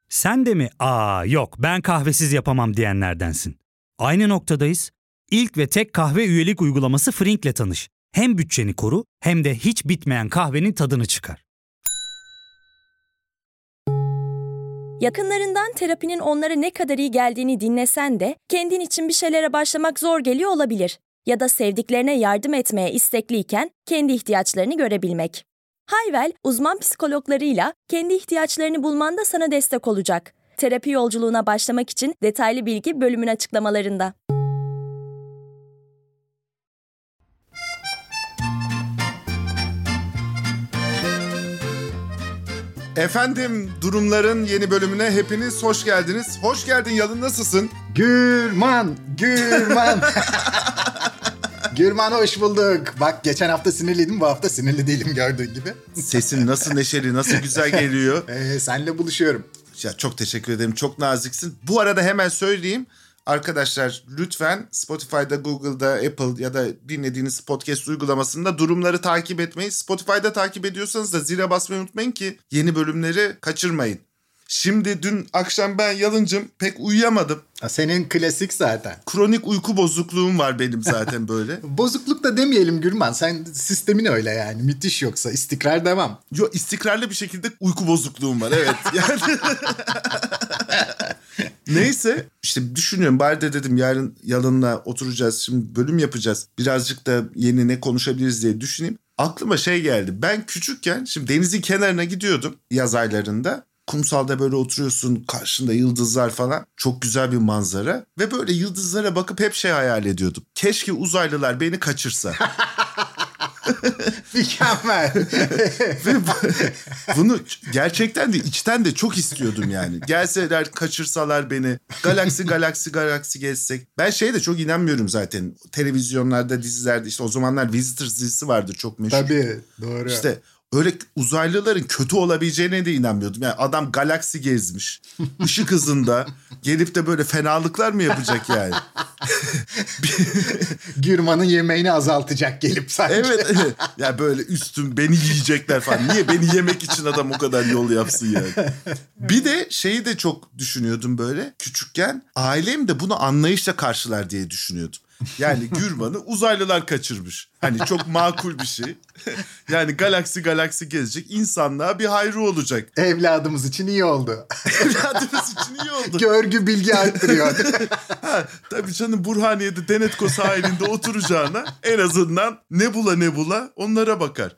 Sen de mi yok ben kahvesiz yapamam diyenlerdensin? Aynı noktadayız. İlk ve tek kahve üyelik uygulaması Frink'le tanış. Hem bütçeni koru hem de hiç bitmeyen kahvenin tadını çıkar. Yakınlarından terapinin onlara ne kadar iyi geldiğini dinlesen de kendin için bir şeylere başlamak zor geliyor olabilir. Ya da sevdiklerine yardım etmeye istekliyken kendi ihtiyaçlarını görebilmek. Hayvel, uzman psikologlarıyla kendi ihtiyaçlarını bulmanda sana destek olacak. Terapi yolculuğuna başlamak için detaylı bilgi bölümün açıklamalarında. Efendim, Durumların yeni bölümüne hepiniz hoş geldiniz. Hoş geldin Yalın, nasılsın? Gürman. Gürman hoş bulduk. Bak geçen hafta sinirliydim, bu hafta sinirli değilim gördüğün gibi. Sesin nasıl neşeli, nasıl güzel geliyor. Seninle buluşuyorum. Ya çok teşekkür ederim, çok naziksin. Bu arada hemen söyleyeyim. Arkadaşlar lütfen Spotify'da, Google'da, Apple ya da dinlediğiniz podcast uygulamasında Durumları takip etmeyi, Spotify'da takip ediyorsanız da zile basmayı unutmayın ki yeni bölümleri kaçırmayın. Şimdi dün akşam ben Yalıncım pek uyuyamadım. Senin klasik zaten. Kronik uyku bozukluğum var benim zaten böyle. Bozukluk da demeyelim Gürman. Sen sistemin öyle yani. Müthiş, yoksa istikrar devam. Yo, istikrarlı bir şekilde uyku bozukluğum var, evet. Yani neyse işte düşünüyorum, bari de dedim yarın Yalın'la oturacağız, şimdi bölüm yapacağız. Birazcık da yeni ne konuşabiliriz diye düşüneyim. Aklıma şey geldi, ben küçükken şimdi denizin kenarına gidiyordum yaz aylarında. Kumsalda böyle oturuyorsun, karşında yıldızlar falan, çok güzel bir manzara. Ve böyle yıldızlara bakıp hep şey hayal ediyordum. Keşke uzaylılar beni kaçırsa. Mükemmel. Ve bunu gerçekten de içten de çok istiyordum yani. Gelseler, kaçırsalar beni. Galaksi gezsek. Ben şeye de çok inanmıyorum zaten. Televizyonlarda, dizilerde, işte o zamanlar Visitors dizisi vardı çok meşhur. Tabii, doğru. İşte öyle uzaylıların kötü olabileceğine de inanmıyordum. Yani adam galaksi gezmiş. Işık hızında gelip de böyle fenalıklar mı yapacak yani? Gürman'ın yemeğini azaltacak gelip sanki. Evet. Ya böyle üstüm beni yiyecekler falan. Niye beni yemek için adam o kadar yol yapsın yani? Bir de şeyi de çok düşünüyordum böyle. Küçükken ailem de bunu anlayışla karşılar diye düşünüyordum. Yani Gürman'ı uzaylılar kaçırmış. Hani çok makul bir şey. Yani galaksi gezecek, insanlığa bir hayrı olacak. Evladımız için iyi oldu. Evladımız için iyi oldu. Görgü bilgi arttırıyor. Tabii canım, Burhaniye'de Denetko sahilinde oturacağına en azından nebula onlara bakar.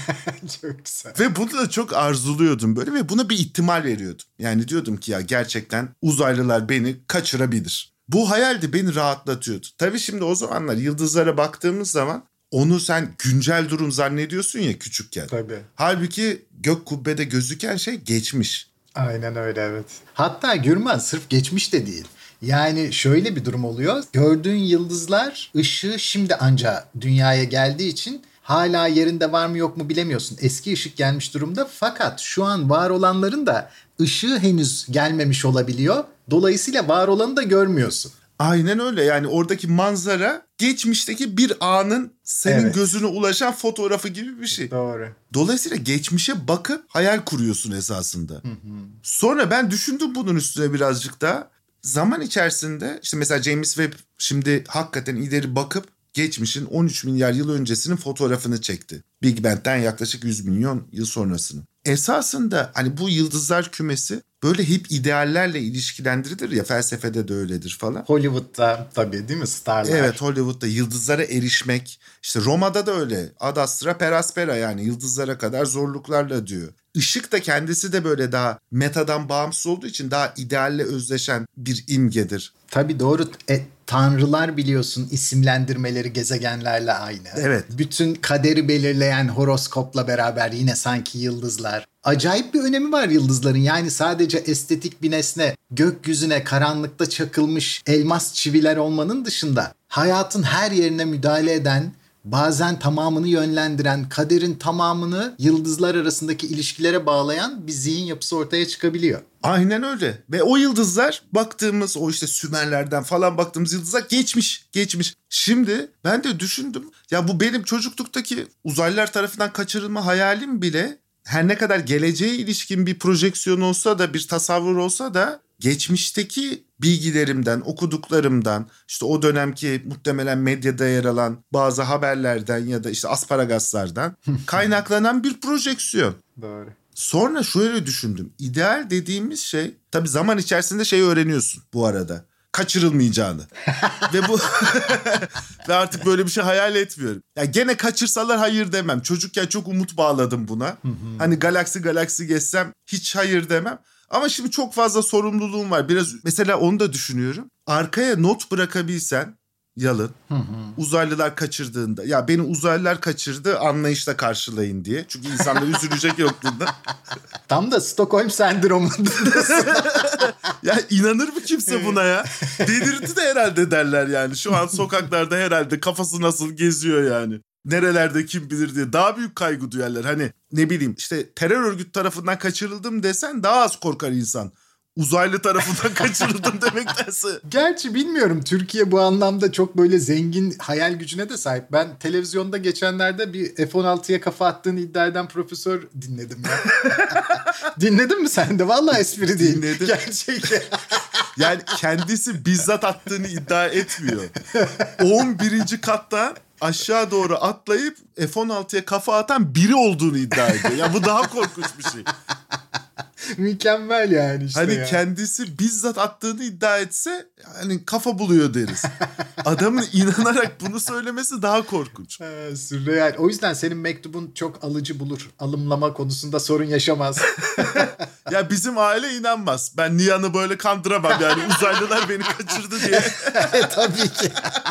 Çok güzel. Ve bunu da çok arzuluyordum böyle ve buna bir ihtimal veriyordum. Yani diyordum ki ya gerçekten uzaylılar beni kaçırabilir. Bu hayal de beni rahatlatıyordu. Tabii şimdi o zamanlar yıldızlara baktığımız zaman onu sen güncel durum zannediyorsun ya küçükken. Tabii. Halbuki gök kubbede gözüken şey geçmiş. Aynen öyle, evet. Hatta Gürman sırf geçmiş de değil. Yani şöyle bir durum oluyor. Gördüğün yıldızlar ışığı şimdi anca dünyaya geldiği için hala yerinde var mı yok mu bilemiyorsun. Eski ışık gelmiş durumda, fakat şu an var olanların da ışığı henüz gelmemiş olabiliyor. Dolayısıyla var olanı da görmüyorsun. Aynen öyle, yani oradaki manzara geçmişteki bir anın senin gözüne ulaşan fotoğrafı gibi bir şey. Doğru. Dolayısıyla geçmişe bakıp hayal kuruyorsun esasında. Sonra ben düşündüm bunun üstüne birazcık daha. Zaman içerisinde işte mesela James Webb şimdi hakikaten ileri bakıp geçmişin 13 milyar yıl öncesinin fotoğrafını çekti. Big Bang'den yaklaşık 100 milyon yıl sonrasını. Esasında hani bu yıldızlar kümesi böyle hep ideallerle ilişkilendirilir ya, felsefede de öyledir falan. Hollywood'da tabii değil mi, starlar? Evet, Hollywood'da yıldızlara erişmek, işte Roma'da da öyle, ad astra per aspera, yani yıldızlara kadar zorluklarla diyor. Işık da kendisi de böyle daha metadan bağımsız olduğu için daha idealle özdeşen bir imgedir. Tabii doğru. Tanrılar biliyorsun isimlendirmeleri gezegenlerle aynı. Evet. Bütün kaderi belirleyen horoskopla beraber yine sanki yıldızlar. Acayip bir önemi var yıldızların. Yani sadece estetik bir nesne, gökyüzüne karanlıkta çakılmış elmas çiviler olmanın dışında hayatın her yerine müdahale eden, bazen tamamını yönlendiren, kaderin tamamını yıldızlar arasındaki ilişkilere bağlayan bir zihin yapısı ortaya çıkabiliyor. Aynen öyle. Ve o yıldızlar baktığımız, o işte Sümerlerden falan baktığımız yıldızlar geçmiş. Şimdi ben de düşündüm. Ya bu benim çocukluktaki uzaylılar tarafından kaçırılma hayalim bile her ne kadar geleceğe ilişkin bir projeksiyon olsa da, bir tasavvur olsa da geçmişteki bilgilerimden, okuduklarımdan, işte o dönemki muhtemelen medyada yer alan bazı haberlerden ya da işte asparagaslardan kaynaklanan bir projeksiyon. Doğru. Sonra şöyle düşündüm. İdeal dediğimiz şey, tabii zaman içerisinde şeyi öğreniyorsun bu arada. Kaçırılmayacağını. Ve bu ve artık böyle bir şey hayal etmiyorum. Ya gene kaçırsalar hayır demem. Çocukken çok umut bağladım buna. Hani galaksi geçsem hiç hayır demem. Ama şimdi çok fazla sorumluluğum var. Biraz mesela onu da düşünüyorum. Arkaya not bırakabilsen Yalın, uzaylılar kaçırdığında, ya beni uzaylılar kaçırdı, anlayışla karşılayın diye. Çünkü insanlar üzülecek yokluğunda. Tam da Stockholm sendromundasın. Ya inanır mı kimse buna ya? Delirdi de herhalde derler yani. Şu an sokaklarda herhalde kafası nasıl geziyor yani. Nerelerde kim bilir diye daha büyük kaygı duyarlar. Hani ne bileyim işte terör örgütü tarafından kaçırıldım desen daha az korkar insan. Uzaylı tarafından kaçırıldım demektense. Gerçi bilmiyorum, Türkiye bu anlamda çok böyle zengin hayal gücüne de sahip. Ben televizyonda geçenlerde bir F-16'ya kafa attığını iddia eden profesör dinledim ya. Dinledin mi sen de? Vallahi espri değil. Dinledim. Gerçek. Yani kendisi bizzat attığını iddia etmiyor. 11. kattan aşağı doğru atlayıp F-16'ya kafa atan biri olduğunu iddia ediyor. Ya bu daha korkunç bir şey. Mükemmel yani işte hani ya. kendisi bizzat attığını iddia etse hani kafa buluyor deriz. Adamın inanarak bunu söylemesi daha korkunç. Sürreal. O yüzden senin mektubun çok alıcı bulur. Alımlama konusunda sorun yaşamaz. Ya bizim aile inanmaz. Ben Nihan'ı böyle kandıramam yani uzaylılar beni kaçırdı diye. Tabii ki.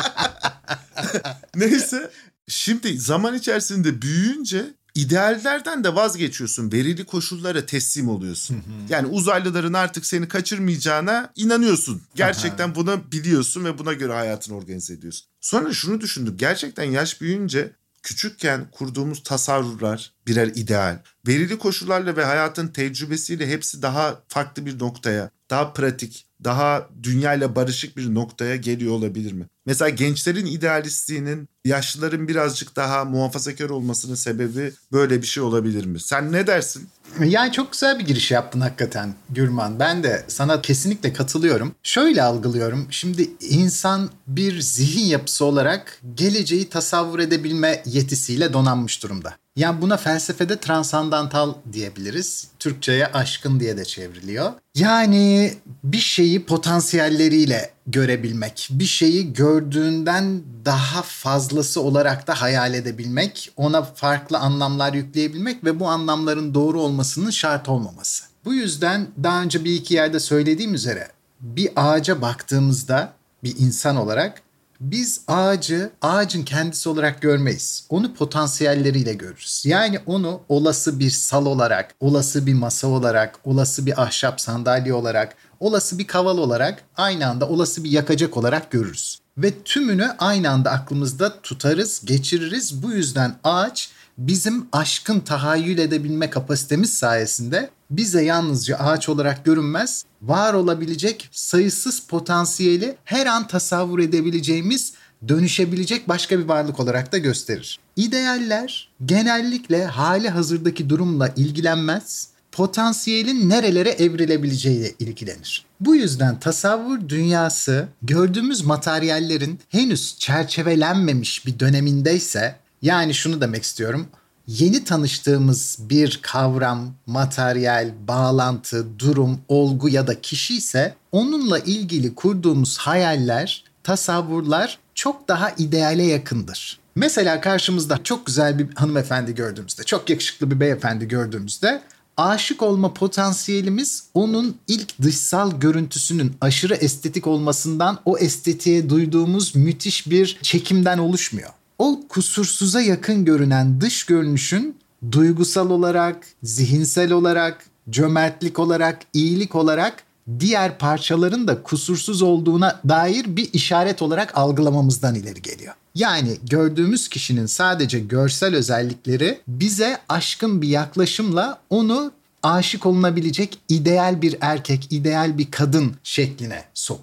Neyse, şimdi zaman içerisinde büyüyünce ideallerden de vazgeçiyorsun. Verili koşullara teslim oluyorsun. Yani uzaylıların artık seni kaçırmayacağına inanıyorsun. Gerçekten bunu biliyorsun ve buna göre hayatını organize ediyorsun. Sonra şunu düşündüm. Gerçekten yaş büyüyünce küçükken kurduğumuz tasavvurlar birer ideal. Verili koşullarla ve hayatın tecrübesiyle hepsi daha farklı bir noktaya, daha pratik, daha dünyayla barışık bir noktaya geliyor olabilir mi? Mesela gençlerin idealistliğinin yaşlıların birazcık daha muhafazakar olmasının sebebi böyle bir şey olabilir mi? Sen ne dersin? Yani çok güzel bir giriş yaptın hakikaten Gürman. Ben de sana kesinlikle katılıyorum. Şöyle algılıyorum. Şimdi insan bir zihin yapısı olarak geleceği tasavvur edebilme yetisiyle donanmış durumda. Yani buna felsefede transandantal diyebiliriz. Türkçe'ye aşkın diye de çevriliyor. Yani bir şeyi potansiyelleriyle görebilmek, bir şeyi gördüğünden daha fazlası olarak da hayal edebilmek, ona farklı anlamlar yükleyebilmek ve bu anlamların doğru olmasının şart olmaması. Bu yüzden daha önce bir iki yerde söylediğim üzere bir ağaca baktığımızda bir insan olarak biz ağacın kendisi olarak görmeyiz. Onu potansiyelleriyle görürüz. Yani onu olası bir sal olarak, olası bir masa olarak, olası bir ahşap sandalye olarak, olası bir kaval olarak, aynı anda olası bir yakacak olarak görürüz. Ve tümünü aynı anda aklımızda tutarız, geçiririz. Bu yüzden ağaç bizim aşkın tahayyül edebilme kapasitemiz sayesinde bize yalnızca ağaç olarak görünmez, var olabilecek sayısız potansiyeli her an tasavvur edebileceğimiz, dönüşebilecek başka bir varlık olarak da gösterir. İdealler genellikle hali hazırdaki durumla ilgilenmez, potansiyelin nerelere evrilebileceğiyle ilgilenir. Bu yüzden tasavvur dünyası gördüğümüz materyallerin henüz çerçevelenmemiş bir dönemindeyse, yani şunu demek istiyorum, yeni tanıştığımız bir kavram, materyal, bağlantı, durum, olgu ya da kişi ise onunla ilgili kurduğumuz hayaller, tasavvurlar çok daha ideale yakındır. Mesela karşımızda çok güzel bir hanımefendi gördüğümüzde, çok yakışıklı bir beyefendi gördüğümüzde aşık olma potansiyelimiz onun ilk dışsal görüntüsünün aşırı estetik olmasından, o estetiğe duyduğumuz müthiş bir çekimden oluşmuyor. O kusursuza yakın görünen dış görünüşün duygusal olarak, zihinsel olarak, cömertlik olarak, iyilik olarak diğer parçaların da kusursuz olduğuna dair bir işaret olarak algılamamızdan ileri geliyor. Yani gördüğümüz kişinin sadece görsel özellikleri bize aşkın bir yaklaşımla onu aşık olunabilecek ideal bir erkek, ideal bir kadın şekline sokuyor.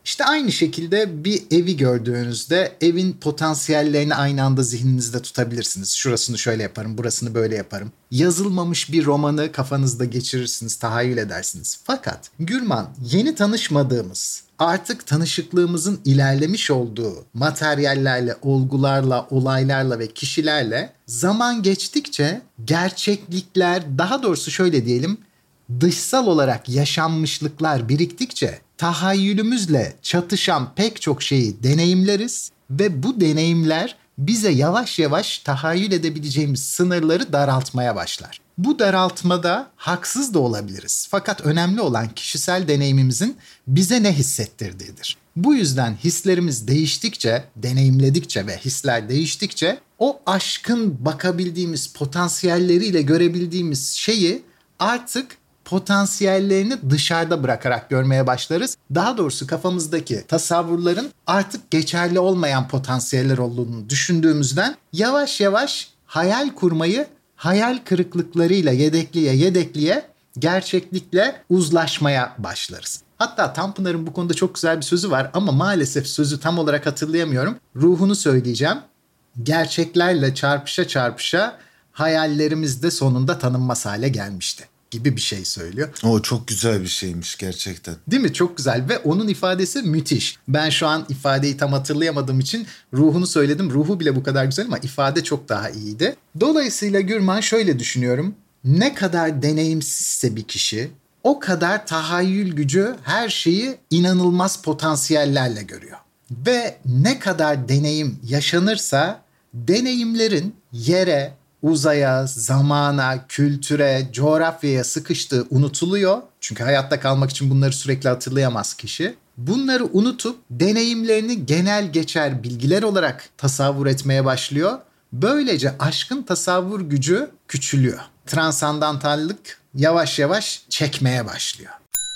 İşte aynı şekilde bir evi gördüğünüzde evin potansiyellerini aynı anda zihninizde tutabilirsiniz. Şurasını şöyle yaparım, burasını böyle yaparım. Yazılmamış bir romanı kafanızda geçirirsiniz, tahayyül edersiniz. Fakat Gürman, yeni tanışmadığımız, artık tanışıklığımızın ilerlemiş olduğu materyallerle, olgularla, olaylarla ve kişilerle zaman geçtikçe gerçeklikler, daha doğrusu şöyle diyelim, dışsal olarak yaşanmışlıklar biriktikçe tahayyülümüzle çatışan pek çok şeyi deneyimleriz ve bu deneyimler bize yavaş yavaş tahayyül edebileceğimiz sınırları daraltmaya başlar. Bu daraltmada haksız da olabiliriz. Fakat önemli olan kişisel deneyimimizin bize ne hissettirdiğidir. Bu yüzden hislerimiz değiştikçe, deneyimledikçe ve hisler değiştikçe o aşkın bakabildiğimiz potansiyelleriyle görebildiğimiz şeyi artık potansiyellerini dışarıda bırakarak görmeye başlarız. Daha doğrusu kafamızdaki tasavvurların artık geçerli olmayan potansiyeller olduğunu düşündüğümüzden yavaş yavaş hayal kurmayı hayal kırıklıklarıyla yedekleye gerçeklikle uzlaşmaya başlarız. Hatta Tanpınar'ın bu konuda çok güzel bir sözü var ama maalesef sözü tam olarak hatırlayamıyorum. Ruhunu söyleyeceğim. Gerçeklerle çarpışa çarpışa hayallerimiz de sonunda tanınmaz hale gelmişti gibi bir şey söylüyor. O çok güzel bir şeymiş gerçekten. Değil mi? Çok güzel ve onun ifadesi müthiş. Ben şu an ifadeyi tam hatırlayamadığım için ruhunu söyledim. Ruhu bile bu kadar güzel ama ifade çok daha iyiydi. Dolayısıyla Gürman, şöyle düşünüyorum. Ne kadar deneyimsizse bir kişi, o kadar tahayyül gücü her şeyi inanılmaz potansiyellerle görüyor. Ve ne kadar deneyim yaşanırsa deneyimlerin yere, uzaya, zamana, kültüre, coğrafyaya sıkıştığı unutuluyor. Çünkü hayatta kalmak için bunları sürekli hatırlayamaz kişi. Bunları unutup deneyimlerini genel geçer bilgiler olarak tasavvur etmeye başlıyor. Böylece aşkın tasavvur gücü küçülüyor. Transandantallık yavaş yavaş çekmeye başlıyor.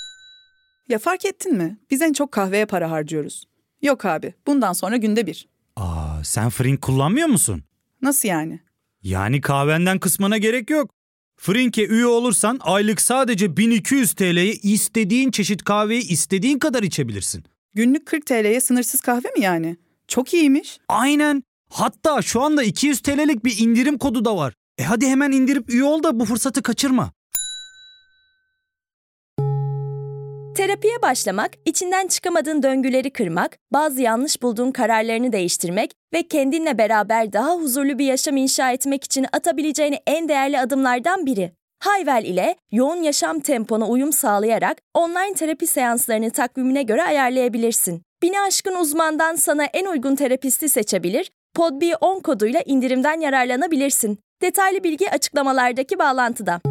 Ya fark ettin mi? Biz en çok kahveye para harcıyoruz. Yok abi, bundan sonra günde 1. Sen Frink kullanmıyor musun? Nasıl yani? Yani kahvenden kısmına gerek yok. Frink'e üye olursan aylık sadece 1200 TL'ye istediğin çeşit kahveyi istediğin kadar içebilirsin. Günlük 40 TL'ye sınırsız kahve mi yani? Çok iyiymiş. Aynen. Hatta şu anda 200 TL'lik bir indirim kodu da var. Hadi hemen indirip üye ol da bu fırsatı kaçırma. Terapiye başlamak, içinden çıkamadığın döngüleri kırmak, bazı yanlış bulduğun kararlarını değiştirmek ve kendinle beraber daha huzurlu bir yaşam inşa etmek için atabileceğin en değerli adımlardan biri. Hayvel ile yoğun yaşam tempona uyum sağlayarak online terapi seanslarını takvimine göre ayarlayabilirsin. 1000'i aşkın uzmandan sana en uygun terapisti seçebilir, PODB10 koduyla indirimden yararlanabilirsin. Detaylı bilgi açıklamalardaki bağlantıda.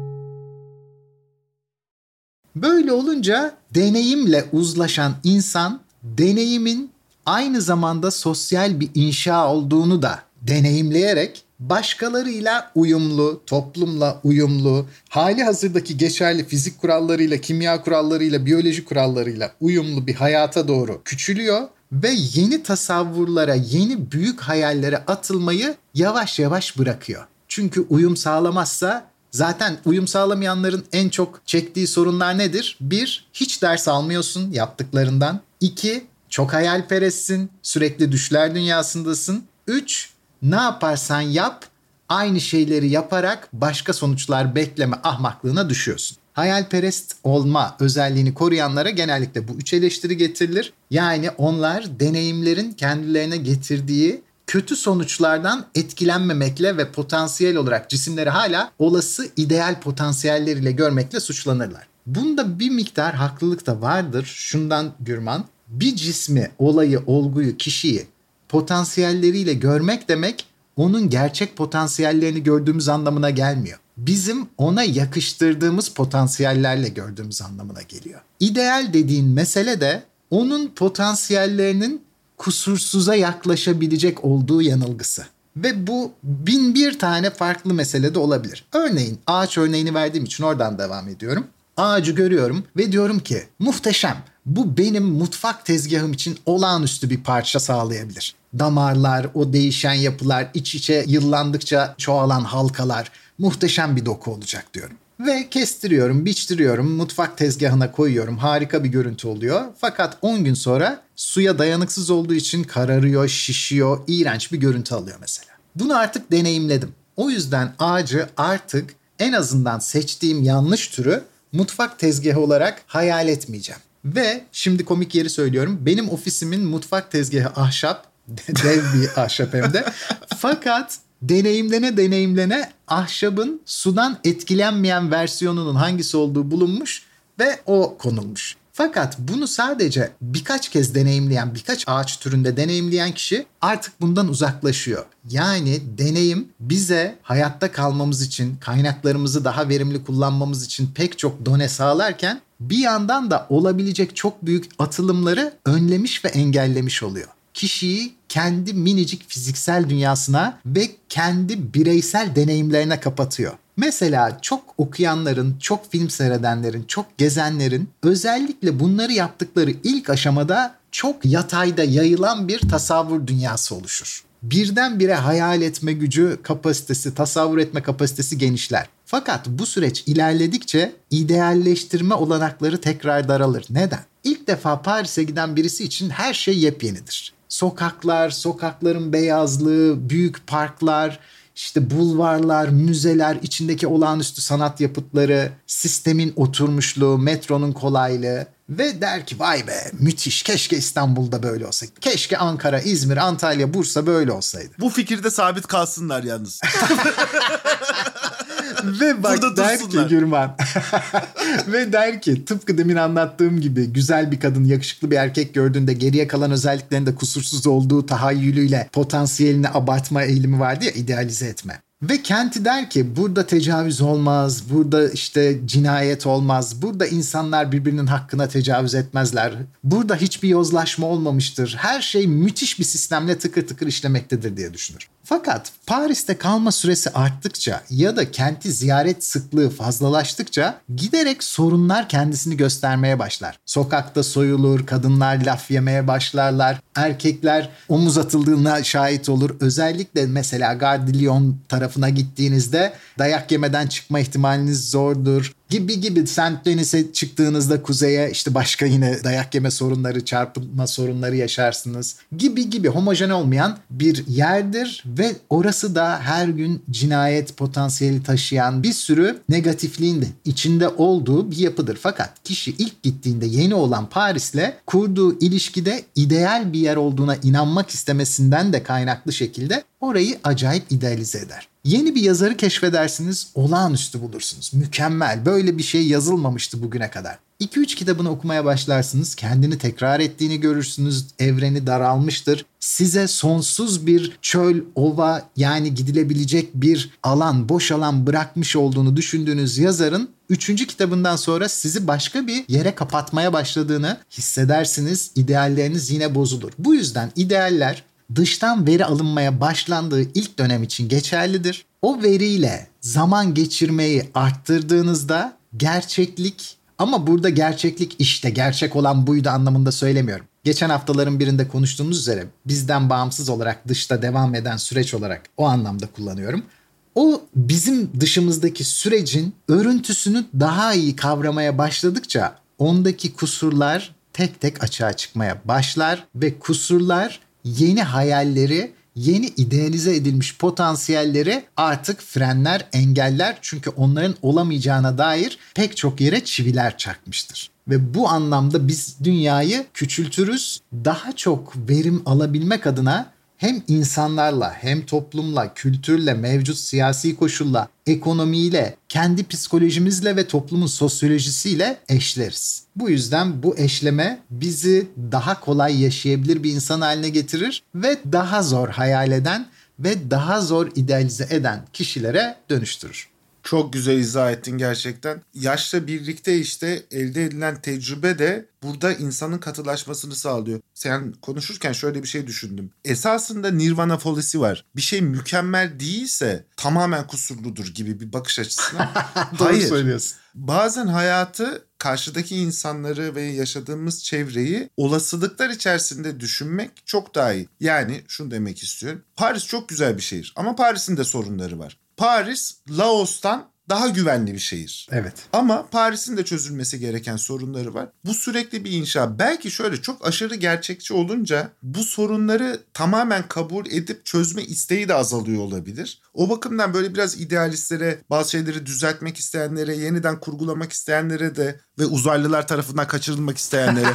Böyle olunca deneyimle uzlaşan insan, deneyimin aynı zamanda sosyal bir inşa olduğunu da deneyimleyerek başkalarıyla uyumlu, toplumla uyumlu, hali hazırdaki geçerli fizik kurallarıyla, kimya kurallarıyla, biyoloji kurallarıyla uyumlu bir hayata doğru küçülüyor ve yeni tasavvurlara, yeni büyük hayallere atılmayı yavaş yavaş bırakıyor. Çünkü uyum sağlamazsa, zaten uyum sağlamayanların en çok çektiği sorunlar nedir? 1. Hiç ders almıyorsun yaptıklarından. 2. Çok hayalperestsin, sürekli düşler dünyasındasın. 3. Ne yaparsan yap, aynı şeyleri yaparak başka sonuçlar bekleme ahmaklığına düşüyorsun. Hayalperest olma özelliğini koruyanlara genellikle bu 3 eleştiri getirilir. Yani onlar deneyimlerin kendilerine getirdiği kötü sonuçlardan etkilenmemekle ve potansiyel olarak cisimleri hala olası ideal potansiyelleriyle görmekle suçlanırlar. Bunda bir miktar haklılık da vardır. Şundan Gürman, bir cismi, olayı, olguyu, kişiyi potansiyelleriyle görmek demek onun gerçek potansiyellerini gördüğümüz anlamına gelmiyor. Bizim ona yakıştırdığımız potansiyellerle gördüğümüz anlamına geliyor. İdeal dediğin mesele de onun potansiyellerinin kusursuza yaklaşabilecek olduğu yanılgısı. Ve bu 1001 tane farklı mesele de olabilir. Örneğin ağaç örneğini verdiğim için oradan devam ediyorum. Ağacı görüyorum ve diyorum ki muhteşem. Bu benim mutfak tezgahım için olağanüstü bir parça sağlayabilir. Damarlar, o değişen yapılar, iç içe yıllandıkça çoğalan halkalar, muhteşem bir doku olacak diyorum. Ve kestiriyorum, biçtiriyorum, mutfak tezgahına koyuyorum. Harika bir görüntü oluyor. Fakat 10 gün sonra suya dayanıksız olduğu için kararıyor, şişiyor, iğrenç bir görüntü alıyor mesela. Bunu artık deneyimledim. O yüzden ağacı artık en azından seçtiğim yanlış türü mutfak tezgahı olarak hayal etmeyeceğim. Ve şimdi komik yeri söylüyorum. Benim ofisimin mutfak tezgahı ahşap. Dev bir ahşap hem de. Fakat deneyimlene ahşabın sudan etkilenmeyen versiyonunun hangisi olduğu bulunmuş ve o konulmuş. Fakat bunu sadece birkaç kez deneyimleyen, birkaç ağaç türünde deneyimleyen kişi artık bundan uzaklaşıyor. Yani deneyim bize hayatta kalmamız için, kaynaklarımızı daha verimli kullanmamız için pek çok done sağlarken bir yandan da olabilecek çok büyük atılımları önlemiş ve engellemiş oluyor. Kişiyi kendi minicik fiziksel dünyasına ve kendi bireysel deneyimlerine kapatıyor. Mesela çok okuyanların, çok film seyredenlerin, çok gezenlerin özellikle bunları yaptıkları ilk aşamada çok yatayda yayılan bir tasavvur dünyası oluşur. Birdenbire hayal etme gücü, kapasitesi, tasavvur etme kapasitesi genişler. Fakat bu süreç ilerledikçe idealleştirme olanakları tekrar daralır. Neden? İlk defa Paris'e giden birisi için her şey yepyenidir. Sokaklar, sokakların beyazlığı, büyük parklar, işte bulvarlar, müzeler, içindeki olağanüstü sanat yapıtları, sistemin oturmuşluğu, metronun kolaylığı ve der ki vay be müthiş, keşke İstanbul'da böyle olsaydı. Keşke Ankara, İzmir, Antalya, Bursa böyle olsaydı. Bu fikirde sabit kalsınlar yalnız. Ve bak burada der ki Gürman ve der ki tıpkı demin anlattığım gibi güzel bir kadın, yakışıklı bir erkek gördüğünde geriye kalan özelliklerinde kusursuz olduğu tahayyülüyle potansiyelini abartma eğilimi vardı ya, idealize etme. Ve Kenti der ki burada tecavüz olmaz, burada işte cinayet olmaz, burada insanlar birbirinin hakkına tecavüz etmezler, burada hiçbir yozlaşma olmamıştır, her şey müthiş bir sistemle tıkır tıkır işlemektedir diye düşünür. Fakat Paris'te kalma süresi arttıkça ya da kenti ziyaret sıklığı fazlalaştıkça giderek sorunlar kendisini göstermeye başlar. Sokakta soyulur, kadınlar laf yemeye başlarlar, erkekler omuz atıldığına şahit olur. Özellikle mesela Gare de Lyon tarafına gittiğinizde dayak yemeden çıkma ihtimaliniz zordur. Gibi Saint Denis'e çıktığınızda kuzeye işte başka yine dayak yeme sorunları, çarpılma sorunları yaşarsınız. Gibi homojen olmayan bir yerdir ve orası da her gün cinayet potansiyeli taşıyan bir sürü negatifliğin de içinde olduğu bir yapıdır. Fakat kişi ilk gittiğinde yeni olan Paris'le kurduğu ilişkide ideal bir yer olduğuna inanmak istemesinden de kaynaklı şekilde orayı acayip idealize eder. Yeni bir yazarı keşfedersiniz, olağanüstü bulursunuz. Mükemmel, böyle bir şey yazılmamıştı bugüne kadar. 2-3 kitabını okumaya başlarsınız, kendini tekrar ettiğini görürsünüz, evreni daralmıştır. Size sonsuz bir çöl, ova yani gidilebilecek bir alan, boş alan bırakmış olduğunu düşündüğünüz yazarın 3. kitabından sonra sizi başka bir yere kapatmaya başladığını hissedersiniz, idealleriniz yine bozulur. Bu yüzden idealler dıştan veri alınmaya başlandığı ilk dönem için geçerlidir. O veriyle zaman geçirmeyi arttırdığınızda gerçeklik, ama burada gerçeklik işte gerçek olan buydu anlamında söylemiyorum. Geçen haftaların birinde konuştuğumuz üzere bizden bağımsız olarak dışta devam eden süreç olarak o anlamda kullanıyorum. O bizim dışımızdaki sürecin örüntüsünü daha iyi kavramaya başladıkça ondaki kusurlar tek tek açığa çıkmaya başlar ve kusurlar yeni hayalleri, yeni idealize edilmiş potansiyelleri artık frenler, engeller. Çünkü onların olamayacağına dair pek çok yere çiviler çakmıştır. Ve bu anlamda biz dünyayı küçültürüz. Daha çok verim alabilmek adına hem insanlarla, hem toplumla, kültürle, mevcut siyasi koşulla, ekonomiyle, kendi psikolojimizle ve toplumun sosyolojisiyle eşleriz. Bu yüzden bu eşleme bizi daha kolay yaşayabilir bir insan haline getirir ve daha zor hayal eden ve daha zor idealize eden kişilere dönüştürür. Çok güzel izah ettin gerçekten. Yaşla birlikte işte elde edilen tecrübe de burada insanın katılaşmasını sağlıyor. Sen konuşurken şöyle bir şey düşündüm. Esasında Nirvana folisi var. Bir şey mükemmel değilse tamamen kusurludur gibi bir bakış açısına. Doğru söylüyorsun. Bazen hayatı, karşıdaki insanları ve yaşadığımız çevreyi olasılıklar içerisinde düşünmek çok daha iyi. Yani şunu demek istiyorum. Paris çok güzel bir şehir ama Paris'in de sorunları var. Paris, Laos'tan daha güvenli bir şehir. Evet. Ama Paris'in de çözülmesi gereken sorunları var. Bu sürekli bir inşa. Belki şöyle çok aşırı gerçekçi olunca bu sorunları tamamen kabul edip çözme isteği de azalıyor olabilir. O bakımdan böyle biraz idealistlere, bazı şeyleri düzeltmek isteyenlere, yeniden kurgulamak isteyenlere de ve uzaylılar tarafından kaçırılmak isteyenlere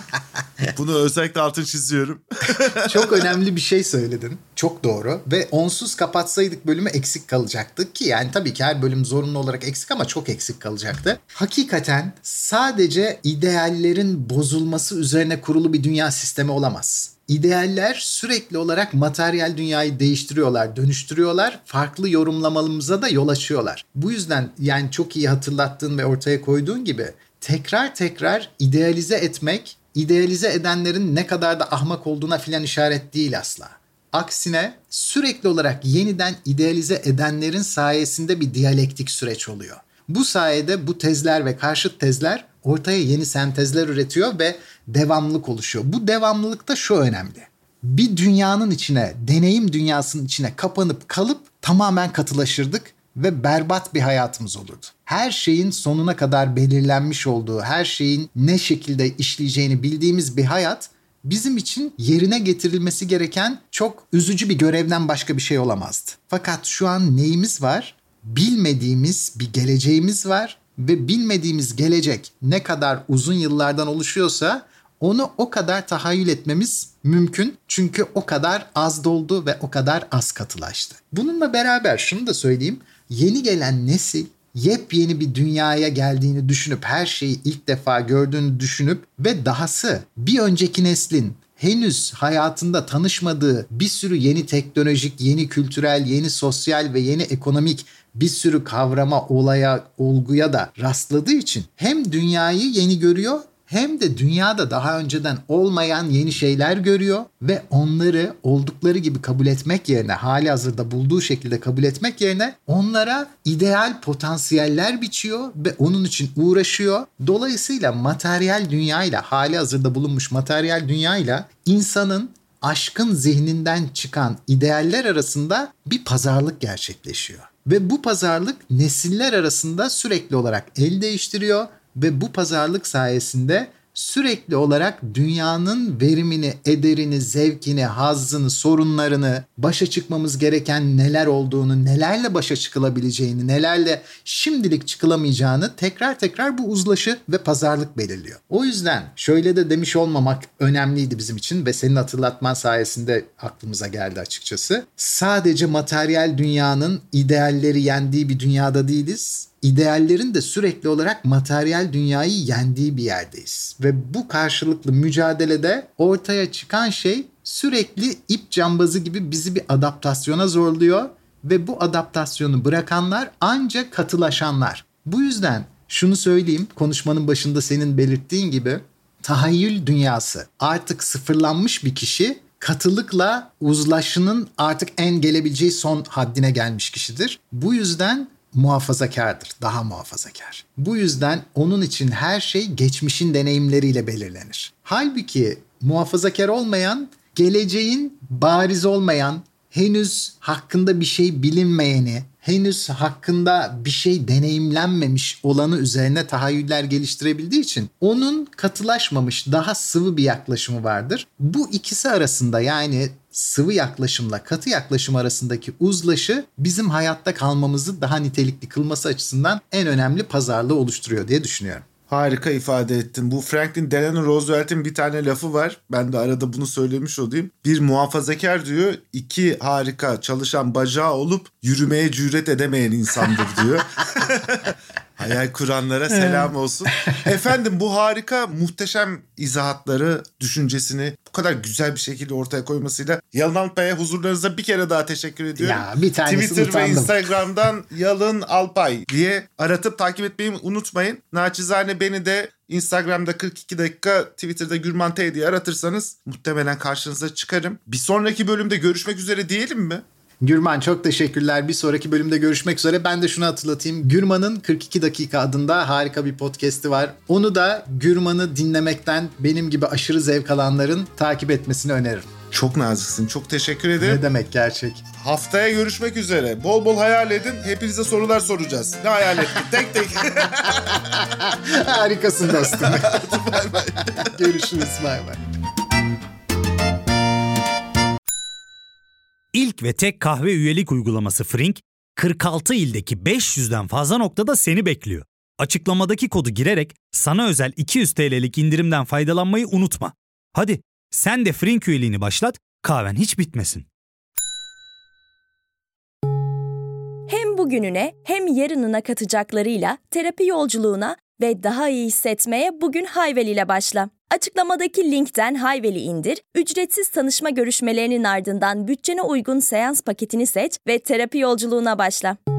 bunu özellikle altını çiziyorum. Çok önemli bir şey söyledin. Çok doğru. Ve onsuz kapatsaydık bölümü eksik kalacaktı. Ki yani tabii ki her bölüm zorunlu olarak eksik ama çok eksik kalacaktı. Hakikaten sadece ideallerin bozulması üzerine kurulu bir dünya sistemi olamaz. İdealler sürekli olarak materyal dünyayı değiştiriyorlar, dönüştürüyorlar. Farklı yorumlamamıza da yol açıyorlar. Bu yüzden yani çok iyi hatırlattığın ve ortaya koyduğun gibi tekrar tekrar idealize etmek, idealize edenlerin ne kadar da ahmak olduğuna filan işaret değil asla. Aksine sürekli olarak yeniden idealize edenlerin sayesinde bir diyalektik süreç oluyor. Bu sayede bu tezler ve karşıt tezler ortaya yeni sentezler üretiyor ve devamlılık oluşuyor. Bu devamlılık da şu önemli. Bir dünyanın içine, deneyim dünyasının içine kapanıp kalıp tamamen katılaşırdık ve berbat bir hayatımız olurdu. Her şeyin sonuna kadar belirlenmiş olduğu, her şeyin ne şekilde işleyeceğini bildiğimiz bir hayat bizim için yerine getirilmesi gereken çok üzücü bir görevden başka bir şey olamazdı. Fakat şu an neyimiz var? Bilmediğimiz bir geleceğimiz var ve bilmediğimiz gelecek ne kadar uzun yıllardan oluşuyorsa onu o kadar tahayyül etmemiz mümkün. Çünkü o kadar az doldu ve o kadar az katılaştı. Bununla beraber şunu da söyleyeyim. Yeni gelen nesil yepyeni bir dünyaya geldiğini düşünüp, her şeyi ilk defa gördüğünü düşünüp ve dahası bir önceki neslin henüz hayatında tanışmadığı bir sürü yeni teknolojik, yeni kültürel, yeni sosyal ve yeni ekonomik bir sürü kavrama, olaya, olguya da rastladığı için hem dünyayı yeni görüyor hem de dünyada daha önceden olmayan yeni şeyler görüyor ve onları oldukları gibi kabul etmek yerine, hali hazırda bulduğu şekilde kabul etmek yerine onlara ideal potansiyeller biçiyor ve onun için uğraşıyor. Dolayısıyla materyal dünyayla, hali hazırda bulunmuş materyal dünyayla insanın aşkın zihninden çıkan idealler arasında bir pazarlık gerçekleşiyor. Ve bu pazarlık nesiller arasında sürekli olarak el değiştiriyor. Ve bu pazarlık sayesinde sürekli olarak dünyanın verimini, ederini, zevkini, hazzını, sorunlarını, başa çıkmamız gereken neler olduğunu, nelerle başa çıkılabileceğini, nelerle şimdilik çıkılamayacağını tekrar tekrar bu uzlaşı ve pazarlık belirliyor. O yüzden şöyle de demiş olmamak önemliydi bizim için ve senin hatırlatman sayesinde aklımıza geldi açıkçası. Sadece materyal dünyanın idealleri yendiği bir dünyada değiliz. İdeallerin de sürekli olarak materyal dünyayı yendiği bir yerdeyiz. Ve bu karşılıklı mücadelede ortaya çıkan şey sürekli ip cambazı gibi bizi bir adaptasyona zorluyor. Ve bu adaptasyonu bırakanlar ancak katılaşanlar. Bu yüzden şunu söyleyeyim, konuşmanın başında senin belirttiğin gibi tahayyül dünyası artık sıfırlanmış bir kişi katılıkla uzlaşının artık en gelebileceği son haddine gelmiş kişidir. Bu yüzden muhafazakardır, daha muhafazakar. Bu yüzden onun için her şey geçmişin deneyimleriyle belirlenir. Halbuki muhafazakar olmayan, geleceğin bariz olmayan, henüz hakkında bir şey bilinmeyeni, henüz hakkında bir şey deneyimlenmemiş olanı üzerine tahayyüller geliştirebildiği için onun katılaşmamış, daha sıvı bir yaklaşımı vardır. Bu ikisi arasında, yani sıvı yaklaşımla katı yaklaşım arasındaki uzlaşı bizim hayatta kalmamızı daha nitelikli kılması açısından en önemli pazarlığı oluşturuyor diye düşünüyorum. Harika ifade ettin. Bu Franklin Delano Roosevelt'in bir tane lafı var. Ben de arada bunu söylemiş olayım. Bir muhafazakar diyor, iki harika çalışan bacağı olup yürümeye cüret edemeyen insandır diyor. Hayal kuranlara selam olsun. Efendim, bu harika, muhteşem izahatları, düşüncesini bu kadar güzel bir şekilde ortaya koymasıyla Yalın Alpay'a huzurlarınızda bir kere daha teşekkür ediyorum. Ya bir tanesi Twitter utandım. ve Instagram'dan Yalın Alpay diye aratıp takip etmeyi unutmayın. Naçizane beni de Instagram'da 42 dakika, Twitter'da Gürman T diye aratırsanız muhtemelen karşınıza çıkarım. Bir sonraki bölümde görüşmek üzere diyelim mi? Gürman, çok teşekkürler. Bir sonraki bölümde görüşmek üzere. Ben de şunu hatırlatayım. Gürman'ın 42 dakika adında harika bir podcast'i var. Onu da Gürman'ı dinlemekten benim gibi aşırı zevk alanların takip etmesini öneririm. Çok naziksin. Çok teşekkür ederim. Ne demek, gerçek. Haftaya görüşmek üzere. Bol bol hayal edin. Hepinize sorular soracağız. Ne hayal ettin? Tek tek. Harikasın dostum. Bay bay. Görüşürüz. Bay bay. İlk ve tek kahve üyelik uygulaması Frink, 46 ildeki 500'den fazla noktada seni bekliyor. Açıklamadaki kodu girerek sana özel 200 TL'lik indirimden faydalanmayı unutma. Hadi sen de Frink üyeliğini başlat, kahven hiç bitmesin. Hem bugününe hem yarınına katacaklarıyla terapi yolculuğuna ve daha iyi hissetmeye bugün Hayvel ile başla. Açıklamadaki linkten Hayvel'i indir, ücretsiz tanışma görüşmelerinin ardından bütçene uygun seans paketini seç ve terapi yolculuğuna başla.